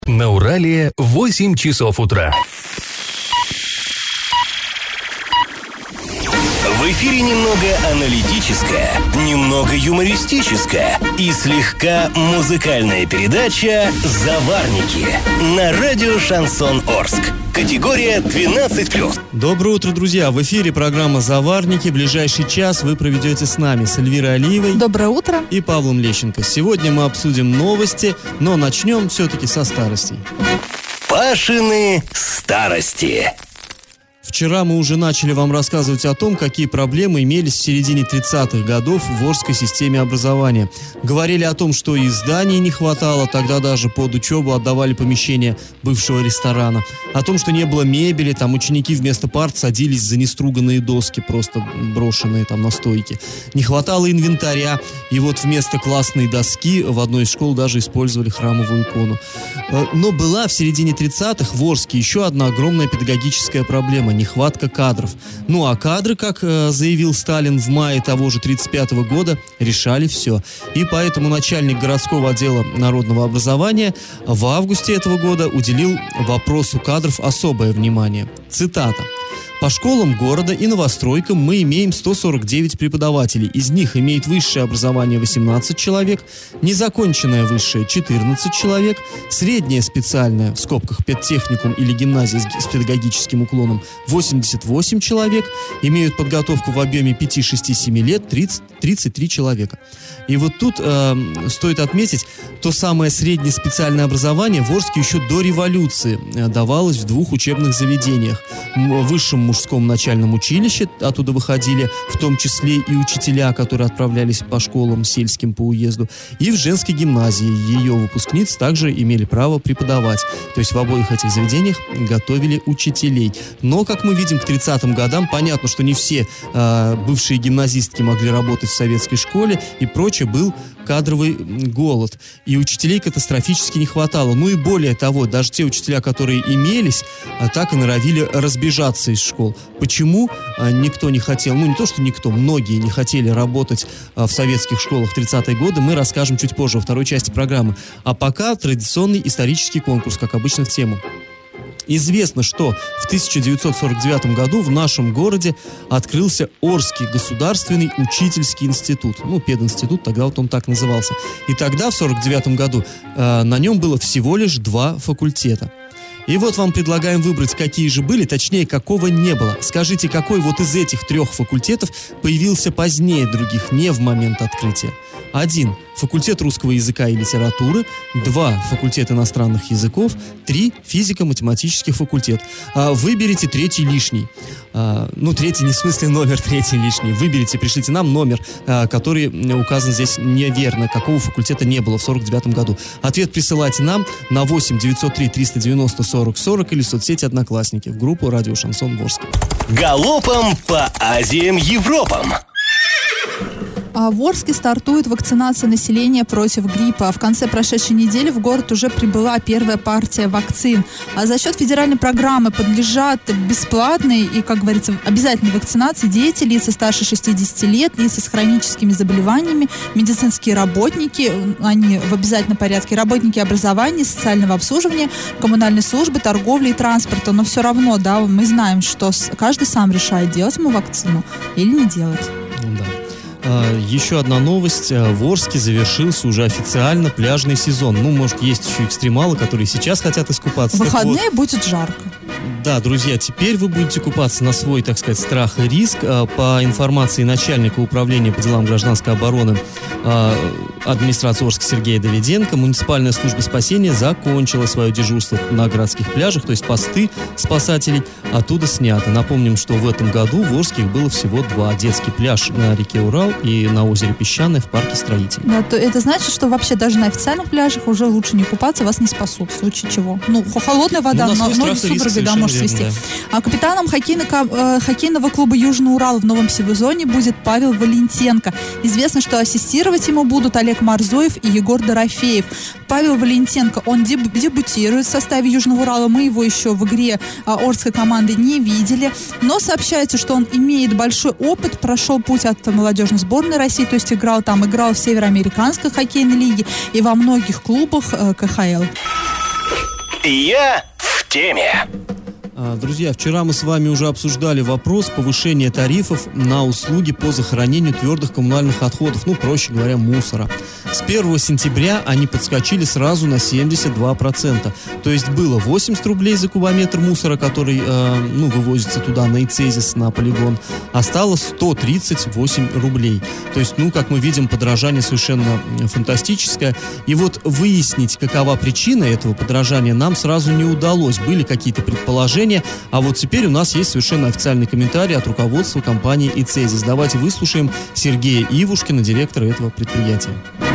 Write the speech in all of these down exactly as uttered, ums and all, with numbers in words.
На Урале восемь часов утра. В эфире немного аналитическая, немного юмористическая и слегка музыкальная передача «Заварники» на радио «Шансон Орск». Категория двенадцать плюс. Доброе утро, друзья! В эфире программа «Заварники». Ближайший час вы проведете с нами, с Эльвирой Алиевой. Доброе утро. И Павлом Лещенко. Сегодня мы обсудим новости, но начнем все-таки со старостей. Пашины старости. Вчера мы уже начали вам рассказывать о том, какие проблемы имелись в середине тридцатых годов в Орской системе образования. Говорили о том, что и зданий не хватало, тогда даже под учебу отдавали помещение бывшего ресторана. О том, что не было мебели, там ученики вместо парт садились за неструганные доски, просто брошенные там на стойке. Не хватало инвентаря, и вот вместо классной доски в одной из школ даже использовали храмовую икону. Но была в середине тридцатых в Орске еще одна огромная педагогическая проблема – нехватка кадров. Ну а кадры, как э, заявил Сталин в мае того же тридцать пятого года, решали все. И поэтому начальник городского отдела народного образования в августе этого года уделил вопросу кадров особое внимание. Цитата. По школам города и новостройкам мы имеем сто сорок девять преподавателей. Из них имеет высшее образование восемнадцать человек, незаконченное высшее четырнадцать человек, среднее специальное, в скобках педтехникум или гимназия с педагогическим уклоном восемьдесят восемь человек, имеют подготовку в объеме пять-шесть-семь лет тридцать, тридцать три человека. И вот тут э, стоит отметить, то самое среднее специальное образование в Орске еще до революции э, давалось в двух учебных заведениях. В высшем мужском начальном училище, оттуда выходили в том числе и учителя, которые отправлялись по школам сельским по уезду, и в женской гимназии ее выпускниц также имели право преподавать. То есть в обоих этих заведениях готовили учителей. Но, как мы видим, к тридцатым годам понятно, что не все э, бывшие гимназистки могли работать в советской школе и прочее, был кадровый голод. И учителей катастрофически не хватало. Ну и более того, даже те учителя, которые имелись, так и норовили разбежаться из школ. Почему никто не хотел, ну не то, что никто, многие не хотели работать в советских школах в тридцатые годы, мы расскажем чуть позже, во второй части программы. А пока традиционный исторический конкурс, как обычно, в тему. Известно, что в тысяча девятьсот сорок девятом году в нашем городе открылся Орский государственный учительский институт. Ну, пединститут, тогда вот он так назывался. И тогда, в сорок девятом году, э, на нем было всего лишь два факультета. И вот вам предлагаем выбрать, какие же были, точнее, какого не было. Скажите, какой вот из этих трех факультетов появился позднее других, не в момент открытия? Один. Факультет русского языка и литературы. Два. Факультет иностранных языков. Три. Физико-математический факультет. А, выберите третий лишний. А, ну, третий не в смысле номер третий лишний. Выберите, пришлите нам номер, а, который указан здесь неверно, какого факультета не было в сорок девятом году. Ответ присылайте нам на восемь девятьсот три триста девяносто сорок сорок или в соцсети «Одноклассники» в группу «Радио Шансон Орск». Галопом по Азиям Европам. А в Орске стартует вакцинация населения против гриппа. В конце прошедшей недели в город уже прибыла первая партия вакцин. А за счет федеральной программы подлежат бесплатной и, как говорится, обязательной вакцинации дети, лица старше шестидесяти лет, лица с хроническими заболеваниями, медицинские работники, они в обязательном порядке, работники образования, социального обслуживания, коммунальной службы, торговли и транспорта. Но все равно, да, мы знаем, что каждый сам решает, делать ему вакцину или не делать. Да. Еще одна новость. В Орске завершился уже официально пляжный сезон. Ну, может, есть еще экстремалы, которые сейчас хотят искупаться. В выходные вот, будет жарко. Да, друзья, теперь вы будете купаться на свой, так сказать, страх и риск. По информации начальника управления по делам гражданской обороны администрации Орска Сергея Давиденко, муниципальная служба спасения закончила свое дежурство на городских пляжах, то есть посты спасателей оттуда сняты. Напомним, что в этом году в Орске их было всего два. Детский пляж на реке Урал и на озере Песчаное в парке Строителей. Да, то это значит, что вообще даже на официальных пляжах уже лучше не купаться, вас не спасут, в случае чего. Ну, холодная вода, ну, но ноги судорогой, да, может свести. Да. А капитаном хоккейного, э, хоккейного клуба «Южный Урал» в новом сезоне будет Павел Валентенко. Известно, что ассистировать ему будут Олег Марзоев и Егор Дорофеев. Павел Валентенко, он деб- дебютирует в составе «Южного Урала». Мы его еще в игре э, орской команды не видели. Но сообщается, что он имеет большой опыт, прошел путь от молодежной сборной России, то есть играл там, играл в Североамериканской хоккейной лиге и во многих клубах э, ка ха эл. Я в теме. Друзья, вчера мы с вами уже обсуждали вопрос повышения тарифов на услуги по захоронению твердых коммунальных отходов, ну, проще говоря, мусора. С первого сентября они подскочили сразу на семьдесят два процента. То есть было восемьдесят рублей за кубометр мусора, который, э, ну, вывозится туда на ИЦЕЗИС, на полигон, а стало сто тридцать восемь рублей. То есть, ну, как мы видим, подорожание совершенно фантастическое. И вот выяснить, какова причина этого подорожания, нам сразу не удалось. Были какие-то предположения, а вот теперь у нас есть совершенно официальный комментарий от руководства компании ИЦЕЗИС. Давайте выслушаем Сергея Ивушкина, директора этого предприятия.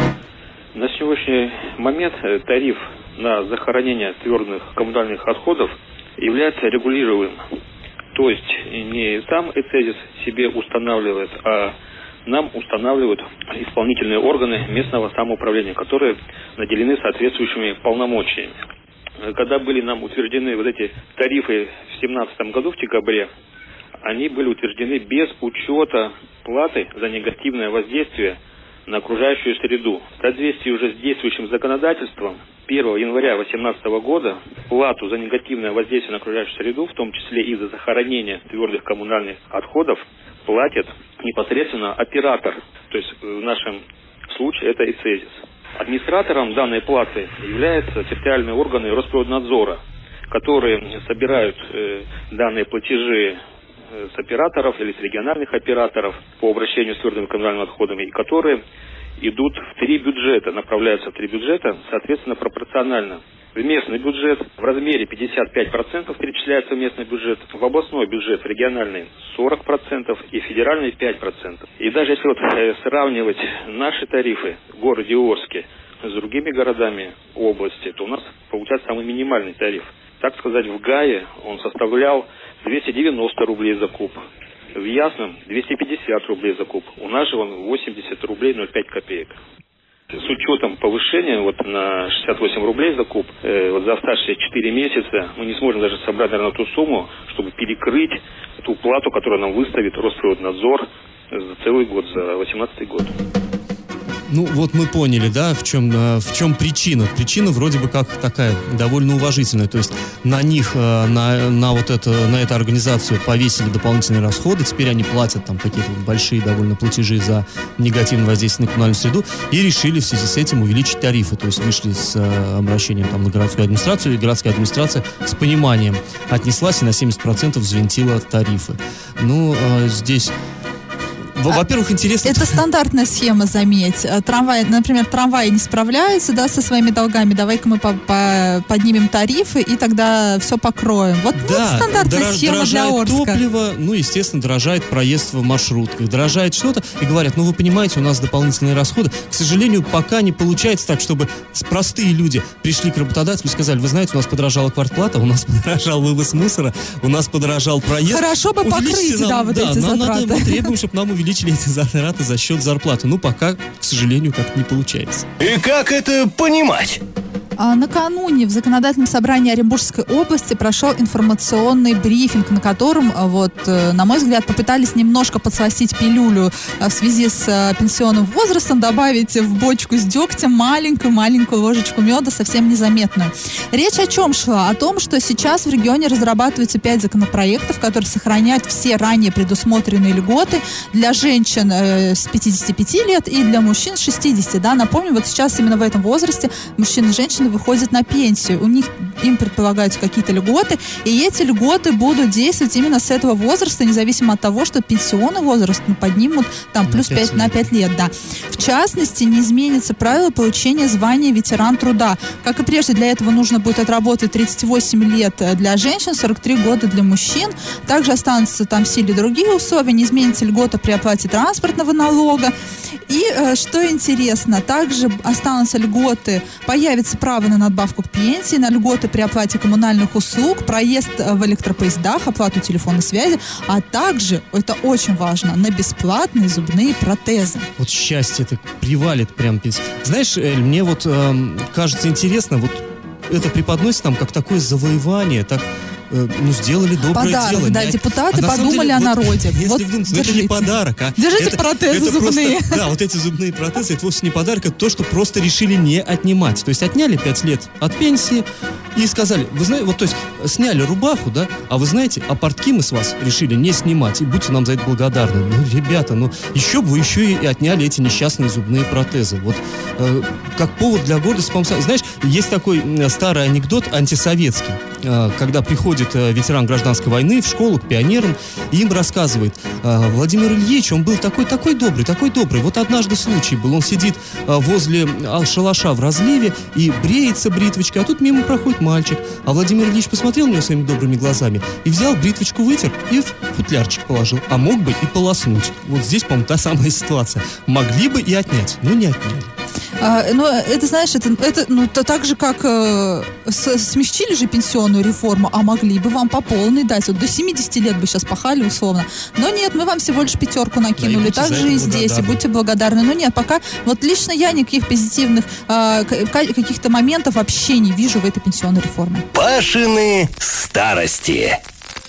На сегодняшний момент тариф на захоронение твердых коммунальных отходов является регулируемым. То есть не сам ИЦЕЗИС себе устанавливает, а нам устанавливают исполнительные органы местного самоуправления, которые наделены соответствующими полномочиями. Когда были нам утверждены вот эти тарифы в две тысячи семнадцатом году, в декабре, они были утверждены без учета платы за негативное воздействие на окружающую среду. В соответствии уже с действующим законодательством первого января две тысячи восемнадцатого года плату за негативное воздействие на окружающую среду, в том числе и за захоронение твердых коммунальных отходов, платит непосредственно оператор. То есть в нашем случае это ИЦЕЗИС. Администратором данной платы являются территориальные органы Росприроднадзора, которые собирают э, данные платежи э, с операторов или с региональных операторов по обращению с твердыми коммунальными отходами, и которые идут в три бюджета, направляются в три бюджета, соответственно, пропорционально. В местный бюджет в размере пятьдесят пять процентов перечисляется в местный бюджет, в областной бюджет, в региональный сорок процентов и федеральный пять процентов. И даже если вот э, сравнивать наши тарифы в городе Орске с другими городами области, то у нас получается самый минимальный тариф. Так сказать, в ГАЕ он составлял двести девяносто рублей за куб, в Ясном двести пятьдесят рублей за куб, у нас же он восемьдесят рублей ноль пять копеек. С учетом повышения вот на шестьдесят восемь рублей за куб, э, вот за оставшиеся четыре месяца мы не сможем даже собрать, наверное, ту сумму, чтобы перекрыть ту плату, которую нам выставит Росприроднадзор за целый год, за восемнадцатый год. Ну, вот мы поняли, да, в чем, в чем причина. Причина вроде бы как такая, довольно уважительная. То есть на них, на, на вот это, на эту организацию повесили дополнительные расходы. Теперь они платят там какие-то большие довольно платежи за негативное воздействие на коммунальную среду. И решили в связи с этим увеличить тарифы. То есть вышли с обращением там на городскую администрацию. И городская администрация с пониманием отнеслась и на семьдесят процентов взвинтила тарифы. Ну, здесь... Во-первых, интересно... Это стандартная схема, заметь. Трамвай, например, трамваи не справляются, да, со своими долгами. Давай-ка мы по -по поднимем тарифы и тогда все покроем. Вот, да, вот стандартная дорож, схема для Орска. Топливо, ну, естественно, дорожает проезд в маршрутках, дорожает что-то. И говорят, ну, вы понимаете, у нас дополнительные расходы. К сожалению, пока не получается так, чтобы простые люди пришли к работодателю и сказали, вы знаете, у нас подорожала квартплата, у нас подорожал вывоз мусора, у нас подорожал проезд. Хорошо бы покрыть, нам, да, вот да, эти нам затраты. Надо, мы требуем, чтобы нам увеличили эти затраты за счет зарплаты. Ну, пока, к сожалению, как-то не получается. И как это понимать? А накануне в Законодательном собрании Оренбургской области прошел информационный брифинг, на котором, вот, на мой взгляд, попытались немножко подсластить пилюлю в связи с пенсионным возрастом, добавить в бочку с дегтем маленькую-маленькую ложечку меда, совсем незаметную. Речь о чем шла? О том, что сейчас в регионе разрабатываются пять законопроектов, которые сохраняют все ранее предусмотренные льготы для женщин э, с пятидесяти пяти лет и для мужчин с шестидесяти. Да? Напомню, вот сейчас именно в этом возрасте мужчины и женщины выходят на пенсию, у них им предполагаются какие-то льготы, и эти льготы будут действовать именно с этого возраста, независимо от того, что пенсионный возраст ну, поднимут там плюс пять на пять лет, да. В частности, не изменится правило получения звания ветеран труда. Как и прежде, для этого нужно будет отработать тридцать восемь лет для женщин, сорок три года для мужчин. Также останутся там в силе другие условия, не изменится льгота при оплате транспортного налога. И, что интересно, также останутся льготы, появится право на надбавку к пенсии, на льготы при оплате коммунальных услуг, проезд в электропоездах, оплату телефонной связи, а также, это очень важно, на бесплатные зубные протезы. Вот счастье это привалит прям. Знаешь, Эль, мне вот э, кажется интересно, вот это преподносится нам как такое завоевание, так... ну, сделали доброе подарок, дело. Да, не... депутаты а подумали деле, о вот, народе. Если вот вдуматься, это не подарок, а держите это, протезы это зубные. Просто, да, вот эти зубные протезы, это вовсе не подарок, это то, что просто решили не отнимать. То есть отняли пять лет от пенсии, и сказали, вы знаете, вот, то есть, сняли рубаху, да, а вы знаете, а портки мы с вас решили не снимать, и будьте нам за это благодарны. Ну, ребята, ну, еще бы вы еще и отняли эти несчастные зубные протезы. Вот, э, как повод для гордости, по-моему, знаешь, есть такой э, старый анекдот антисоветский, э, когда приходит э, ветеран гражданской войны в школу к пионерам, и им рассказывает, э, Владимир Ильич, он был такой, такой добрый, такой добрый. Вот однажды случай был, он сидит э, возле шалаша в разливе и бреется бритвочкой, а тут мимо проходит мальчик. А Владимир Ильич посмотрел на него своими добрыми глазами и взял бритвочку, вытер и в футлярчик положил. А мог бы и полоснуть. Вот здесь, по-моему, та самая ситуация. Могли бы и отнять, но не отняли. А, но это, знаешь, это, это ну, то, так же, как э, с, смягчили же пенсионную реформу, а могли бы вам по полной дать. Вот до семидесяти лет бы сейчас пахали условно. Но нет, мы вам всего лишь пятерку накинули. Да, так же и здесь, и будьте благодарны. Но нет, пока вот лично я никаких позитивных э, каких-то моментов вообще не вижу в этой пенсионной реформе. Пашины старости.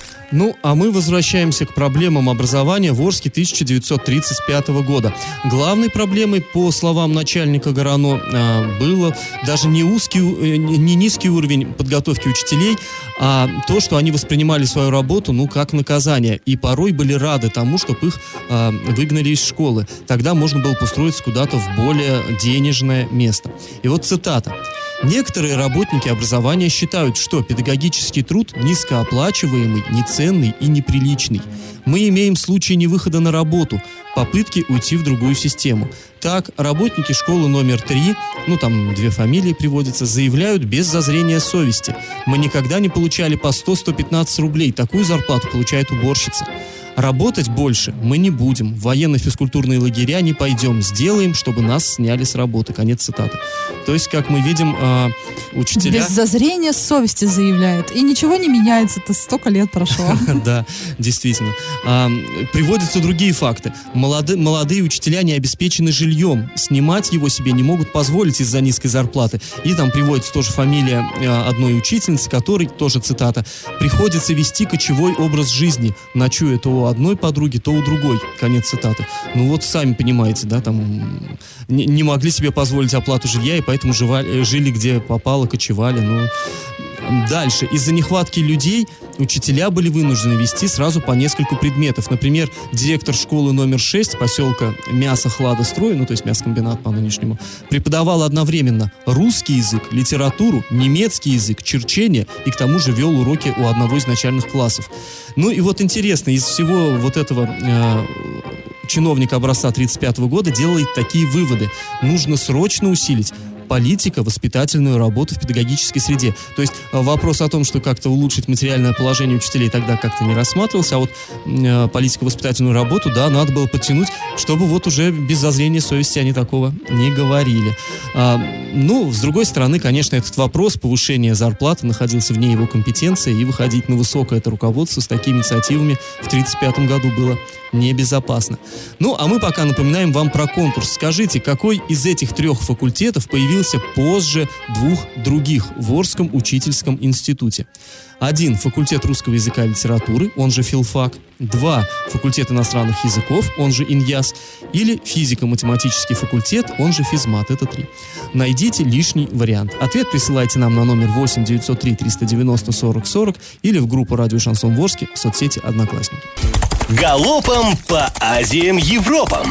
Ну, а мы возвращаемся к проблемам образования в Орске тысяча девятьсот тридцать пятого года. Главной проблемой, по словам начальника ГОРАНО, было даже не узкий, не низкий уровень подготовки учителей, а то, что они воспринимали свою работу, ну, как наказание. И порой были рады тому, чтобы их а, выгнали из школы. Тогда можно было устроиться куда-то в более денежное место. И вот цитата. Некоторые работники образования считают, что педагогический труд низкооплачиваемый, неценный и неприличный. Мы имеем случаи невыхода на работу, попытки уйти в другую систему. Так, работники школы номер три, ну там две фамилии приводятся, заявляют без зазрения совести. Мы никогда не получали по сто - сто пятнадцать рублей, такую зарплату получает уборщица. Работать больше мы не будем, в военно-физкультурные лагеря не пойдем, сделаем, чтобы нас сняли с работы. Конец цитаты. То есть, как мы видим, э, учителя... Без зазрения совести заявляют. И ничего не меняется, это столько лет прошло. Да, действительно. Приводятся другие факты. Молодые учителя не обеспечены жильем. Снимать его себе не могут позволить из-за низкой зарплаты. И там приводится тоже фамилия одной учительницы, которой, тоже цитата, приходится вести кочевой образ жизни, ночуя то у одной подруги, то у другой. Конец цитаты. Ну вот сами понимаете, да, там не, не могли себе позволить оплату жилья, и поэтому жевали, жили где попало, кочевали. Ну, дальше. Из-за нехватки людей учителя были вынуждены вести сразу по нескольку предметов. Например, директор школы номер шесть поселка Мясо-Хладострой, ну то есть мясокомбинат по нынешнему, преподавал одновременно русский язык, литературу, немецкий язык, черчение и к тому же вел уроки у одного из начальных классов. Ну и вот интересно, из всего вот этого... Э, чиновник образца тридцать пятого года делает такие выводы. Нужно срочно усилить политико-воспитательную работу в педагогической среде. То есть вопрос о том, что как-то улучшить материальное положение учителей, тогда как-то не рассматривался, а вот э, политико-воспитательную работу, да, надо было подтянуть, чтобы вот уже без зазрения совести они такого не говорили. А, ну, с другой стороны, конечно, этот вопрос повышения зарплаты находился вне его компетенции, и выходить на высокое это руководство с такими инициативами в тридцать пятом году было небезопасно. Ну, а мы пока напоминаем вам про конкурс. Скажите, какой из этих трех факультетов появился позже двух других в Орском учительском институте? Один — факультет русского языка и литературы, он же филфак. Два — факультет иностранных языков, он же иньяс. Или физико-математический факультет, он же физмат. Это три. Найдите лишний вариант. Ответ присылайте нам на номер восемь девятьсот три триста девяносто сорок сорок или в группу «Радио Шансон Ворске» в соцсети «Одноклассники». Галопом по Азиям Европам.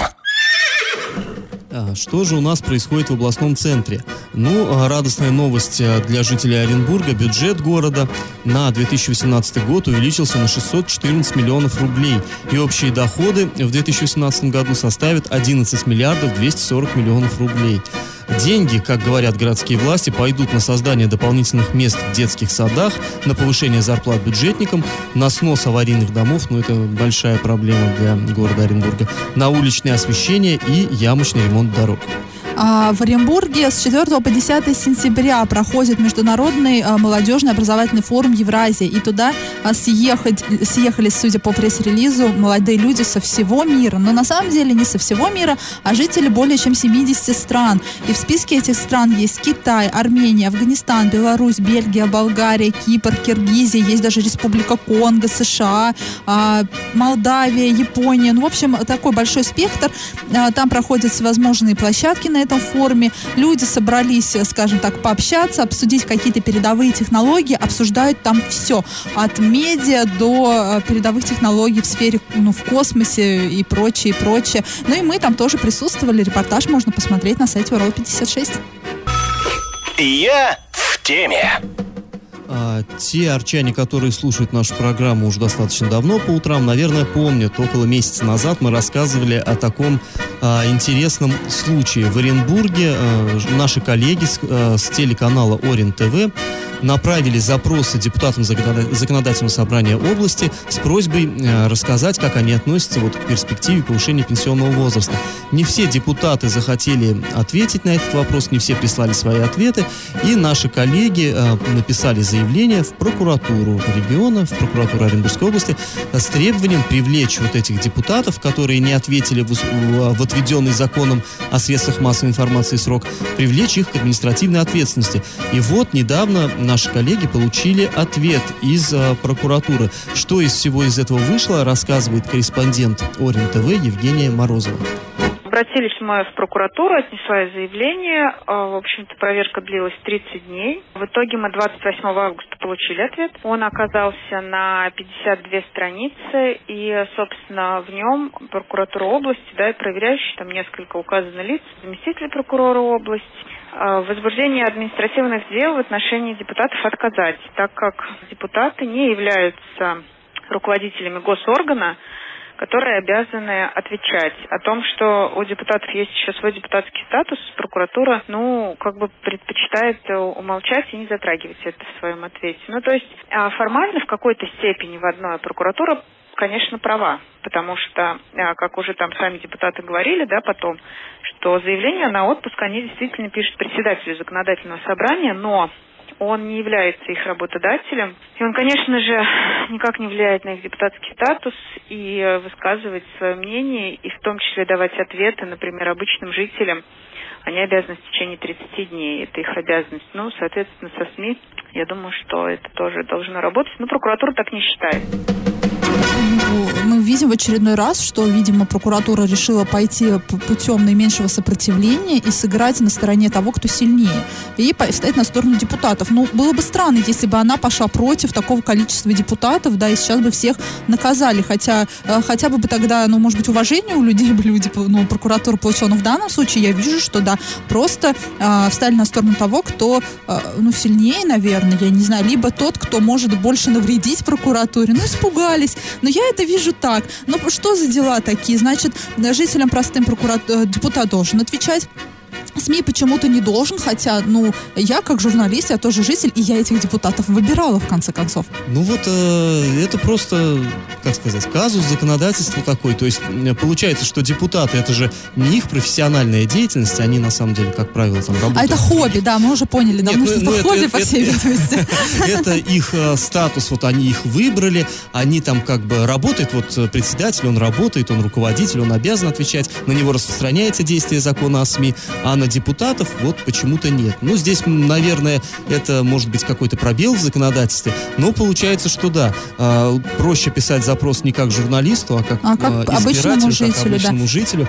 Что же у нас происходит в областном центре? Ну, радостная новость для жителей Оренбурга. Бюджет города на две тысячи восемнадцатый год увеличился на шестьсот четырнадцать миллионов рублей. И общие доходы в две тысячи восемнадцатом году составят одиннадцать миллиардов двести сорок миллионов рублей. Деньги, как говорят городские власти, пойдут на создание дополнительных мест в детских садах, на повышение зарплат бюджетникам, на снос аварийных домов, ну это большая проблема для города Оренбурга, на уличное освещение и ямочный ремонт дорог. А в Оренбурге с четвёртого по десятое сентября проходит международный а, молодежный образовательный форум Евразия. И туда а, съехать, съехались, судя по пресс-релизу, молодые люди со всего мира. Но на самом деле не со всего мира, а жители более чем семидесяти стран. И в списке этих стран есть Китай, Армения, Афганистан, Беларусь, Бельгия, Болгария, Кипр, Киргизия, есть даже Республика Конго, США, а, Молдавия, Япония. Ну, в общем, такой большой спектр. А, там проходят всевозможные площадки на этом форуме люди собрались, скажем так, пообщаться, обсудить какие-то передовые технологии, обсуждают там все, от медиа до передовых технологий в сфере, ну, в космосе и прочее, и прочее. Ну и мы там тоже присутствовали, репортаж можно посмотреть на сайте Урал пятьдесят шесть. Я в теме. А, те арчане, которые слушают нашу программу уже достаточно давно по утрам, наверное, помнят, около месяца назад мы рассказывали о таком а, интересном случае. В Оренбурге а, наши коллеги с, а, с телеканала Орен ТВ направили запросы депутатам Законодательного собрания области с просьбой э, рассказать, как они относятся вот, к перспективе повышения пенсионного возраста. Не все депутаты захотели ответить на этот вопрос, не все прислали свои ответы, и наши коллеги э, написали заявление в прокуратуру региона, в прокуратуру Оренбургской области э, с требованием привлечь вот этих депутатов, которые не ответили в, в, в отведенный законом о средствах массовой информации срок, привлечь их к административной ответственности. И вот недавно наши коллеги получили ответ из а, прокуратуры. Что из всего из этого вышло, рассказывает корреспондент Орен ТВ Евгения Морозова. Обратились мы в прокуратуру, отнесли свое заявление. В общем-то, проверка длилась тридцать дней. В итоге мы двадцать восьмого августа получили ответ. Он оказался на пятьдесят две страницы, и, собственно, в нем прокуратура области, да, и проверяющие, там несколько указаны лиц, заместитель прокурора области, возбуждение административных дел в отношении депутатов отказать, так как депутаты не являются руководителями госоргана, которые обязаны отвечать о том, что у депутатов есть еще свой депутатский статус. Прокуратура, ну, как бы предпочитает умолчать и не затрагивать это в своем ответе. Ну, то есть формально в какой-то степени в одной прокуратура, конечно, права, потому что, как уже там сами депутаты говорили, да, потом, что заявление на отпуск они действительно пишут председателю законодательного собрания, но он не является их работодателем. И он, конечно же, никак не влияет на их депутатский статус и высказывать свое мнение, и в том числе давать ответы, например, обычным жителям. Они обязаны в течение тридцати дней. Это их обязанность. Ну, соответственно, со СМИ, я думаю, что это тоже должно работать. Но прокуратура так не считает. Мы видим в очередной раз, что, видимо, прокуратура решила пойти путем наименьшего сопротивления и сыграть на стороне того, кто сильнее, и встать на сторону депутатов. Ну, было бы странно, если бы она пошла против такого количества депутатов, да, и сейчас бы всех наказали, хотя хотя бы тогда, ну, может быть, уважение у людей бы люди, ну, прокуратура получила, но в данном случае я вижу, что, да, просто э, встали на сторону того, кто, э, ну, сильнее, наверное, я не знаю, либо тот, кто может больше навредить прокуратуре, ну, испугались. Но я это вижу так. Ну, что за дела такие? Значит, жителям простым прокурат... депутат должен отвечать. СМИ почему-то не должен, хотя, ну, я как журналист, я тоже житель, и я этих депутатов выбирала, в конце концов. Ну вот, э, это просто, как сказать, казус законодательства такой. То есть, получается, что депутаты, это же не их профессиональная деятельность, они, на самом деле, как правило, там работают. А это хобби, да, мы уже поняли, давно, что это хобби, по всей видимости. Это их статус, вот они их выбрали, они там как бы работают, вот председатель, он работает, он руководитель, он обязан отвечать, на него распространяется действие закона о СМИ, а на депутатов вот почему-то нет. Ну, здесь, наверное, это может быть какой-то пробел в законодательстве, но получается, что да, э, проще писать запрос не как журналисту, а как, а как э, обычному жителю, как обычному да. жителю.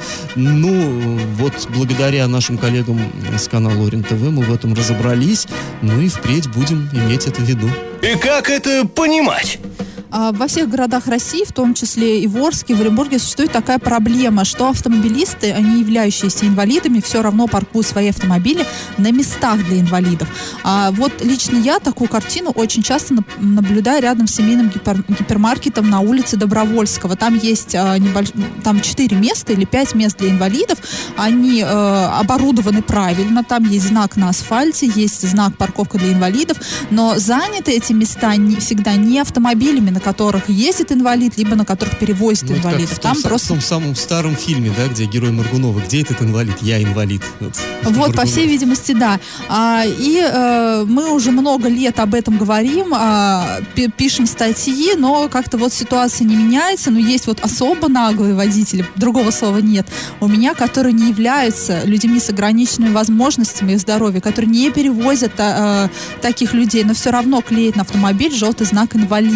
Ну, вот благодаря нашим коллегам с канала Орен ТВ мы в этом разобрались, ну и впредь будем иметь это в виду. И как это понимать? Во всех городах России, в том числе и в Орске, в Оренбурге, существует такая проблема, что автомобилисты, не являющиеся инвалидами, все равно паркуют свои автомобили на местах для инвалидов. А вот лично я такую картину очень часто наблюдаю рядом с семейным гипер- гипермаркетом на улице Добровольского. Там есть а, небольш... там четыре места или пять мест для инвалидов. Они э, оборудованы правильно. Там есть знак на асфальте, есть знак парковка для инвалидов. Но заняты эти места не, всегда не автомобилями, на которых ездит инвалид, либо на которых перевозит ну, инвалидов. В том, Там в просто... том самом старом фильме, да, где герой Моргунова, где этот инвалид? Я инвалид. Вот, вот по всей видимости, да. А, и э, мы уже много лет об этом говорим, а, пи- пишем статьи, но как-то вот ситуация не меняется. Но есть вот особо наглые водители, другого слова нет, у меня, которые не являются людьми с ограниченными возможностями их здоровья, которые не перевозят а, таких людей, но все равно клеят на автомобиль желтый знак «инвалид».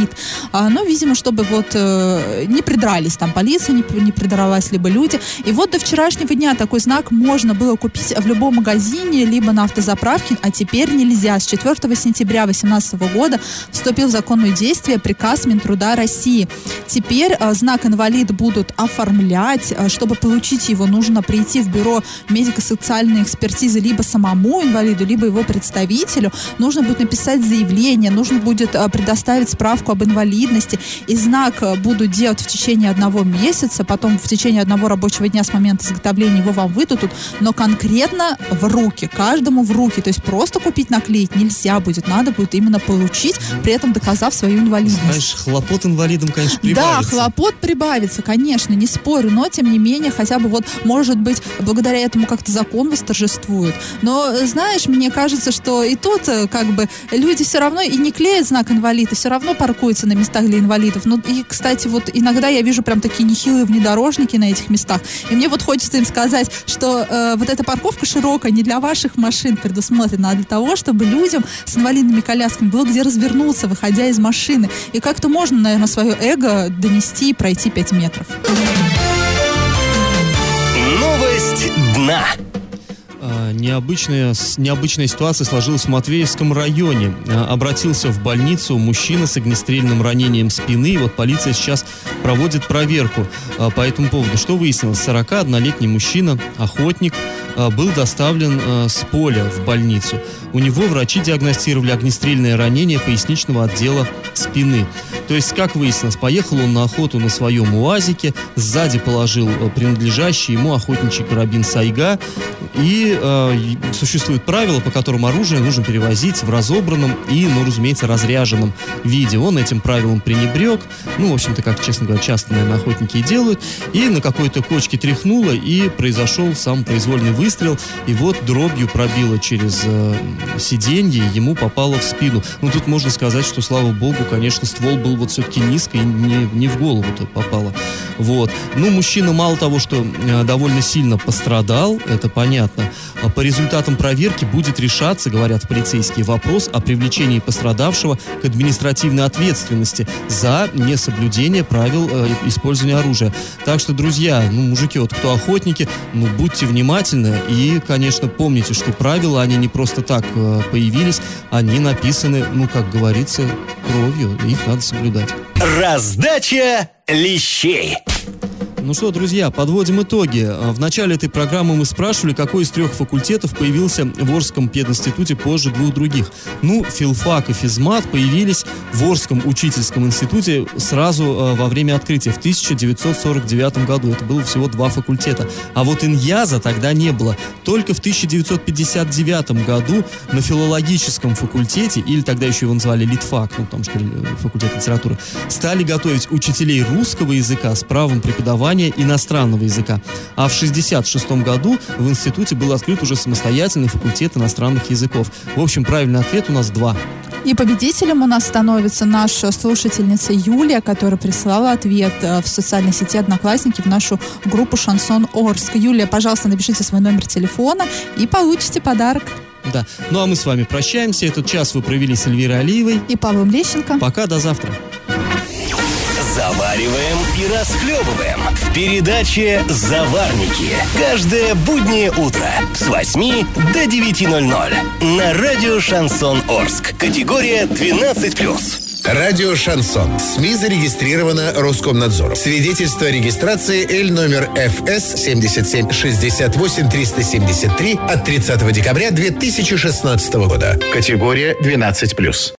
А, но, видимо, чтобы вот э, не придрались, там полиция не, не придралась, либо люди. И вот до вчерашнего дня такой знак можно было купить в любом магазине, либо на автозаправке, а теперь нельзя. С четвёртого сентября две тысячи восемнадцатого года вступил в законное действие приказ Минтруда России. Теперь э, знак инвалид будут оформлять. Э, чтобы получить его, нужно прийти в бюро медико-социальной экспертизы либо самому инвалиду, либо его представителю. Нужно будет написать заявление, нужно будет э, предоставить справку об инвалидности. И знак э, будут делать в течение одного месяца, потом в течение одного рабочего дня с момента изготовления его вам выдадут, но конкретно в руки, каждому в руки. То есть просто купить, наклеить нельзя будет, надо будет именно получить, при этом доказав свою инвалидность. Знаешь, хлопот инвалидам, конечно, прибавится. Да, хлопот прибавится, конечно, не спорю, но тем не менее, хотя бы вот, может быть, благодаря этому как-то закон восторжествует. Но, знаешь, мне кажется, что и тут как бы люди все равно и не клеят знак инвалида, все равно паркуются на местах для инвалидов. Ну и, кстати, вот иногда я вижу прям такие нехилые внедорожники на этих местах, и мне вот хочется им сказать, что э, вот эта парковка широкая не для ваших машин предусмотрена, а для того, чтобы людям с инвалидными колясками было где развернуться, выходя из машины. И как-то можно, наверное, свое эго донести и пройти пять метров. Новость дна. Необычная, необычная ситуация сложилась в Матвеевском районе. Обратился в больницу мужчина с огнестрельным ранением спины. И вот полиция сейчас проводит проверку по этому поводу. Что выяснилось? сорокаоднолетний мужчина, охотник, был доставлен с поля в больницу. У него врачи диагностировали огнестрельное ранение поясничного отдела спины. То есть, как выяснилось, поехал он на охоту на своем УАЗике, сзади положил принадлежащий ему охотничий карабин «Сайга», и э, существуют правила, по которым оружие нужно перевозить в разобранном и, ну, разумеется, разряженном виде. Он этим правилам пренебрег, ну, в общем-то, как, честно говоря, часто, наверное, охотники и делают, и на какой-то кочке тряхнуло, и произошел сам произвольный выстрел, и вот дробью пробило через э, сиденье, ему попало в спину. Ну, тут можно сказать, что, слава богу, конечно, ствол был вот все-таки низко, и не, не в голову-то попало. Вот. Ну, мужчина мало того, что э, довольно сильно пострадал, это понятно. По результатам проверки будет решаться, говорят полицейские, вопрос о привлечении пострадавшего к административной ответственности за несоблюдение правил э, использования оружия. Так что, друзья, ну, мужики, вот кто охотники, ну, будьте внимательны и, конечно, помните, что правила, они не просто так э, появились, они написаны, ну, как говорится, кровью, и их надо соблюдать. Раздача лещей. Ну что, друзья, подводим итоги. В начале этой программы мы спрашивали, какой из трех факультетов появился в Орском пединституте позже двух других. Ну, филфак и физмат появились в Орском учительском институте сразу э, во время открытия в тысяча девятьсот сорок девятом году. Это было всего два факультета. А вот иньяза тогда не было. Только в тысяча девятьсот пятьдесят девятом году на филологическом факультете, или тогда еще его называли литфак, ну, потому что факультет литературы, стали готовить учителей русского языка с правом преподавания иностранного языка. А в шестьдесят шестом году в институте был открыт уже самостоятельный факультет иностранных языков. В общем, правильный ответ у нас два. И победителем у нас становится наша слушательница Юлия, которая прислала ответ в социальной сети «Одноклассники» в нашу группу «Шансон Орск». Юлия, пожалуйста, напишите свой номер телефона и получите подарок. Да. Ну а мы с вами прощаемся. Этот час вы провели с Эльвирой Алиевой и Павлом Лещенко. Пока, до завтра. Завариваем и расхлебываем в передаче «Заварники». Каждое буднее утро с восьми до девяти ноль-ноль на радио «Шансон Орск». Категория двенадцать плюс. Радио «Шансон». СМИ зарегистрировано Роскомнадзором. Свидетельство о регистрации Л номер эф эс семьдесят семь шестьдесят восемь триста семьдесят три от тридцатого декабря две тысячи шестнадцатого года. Категория двенадцать плюс.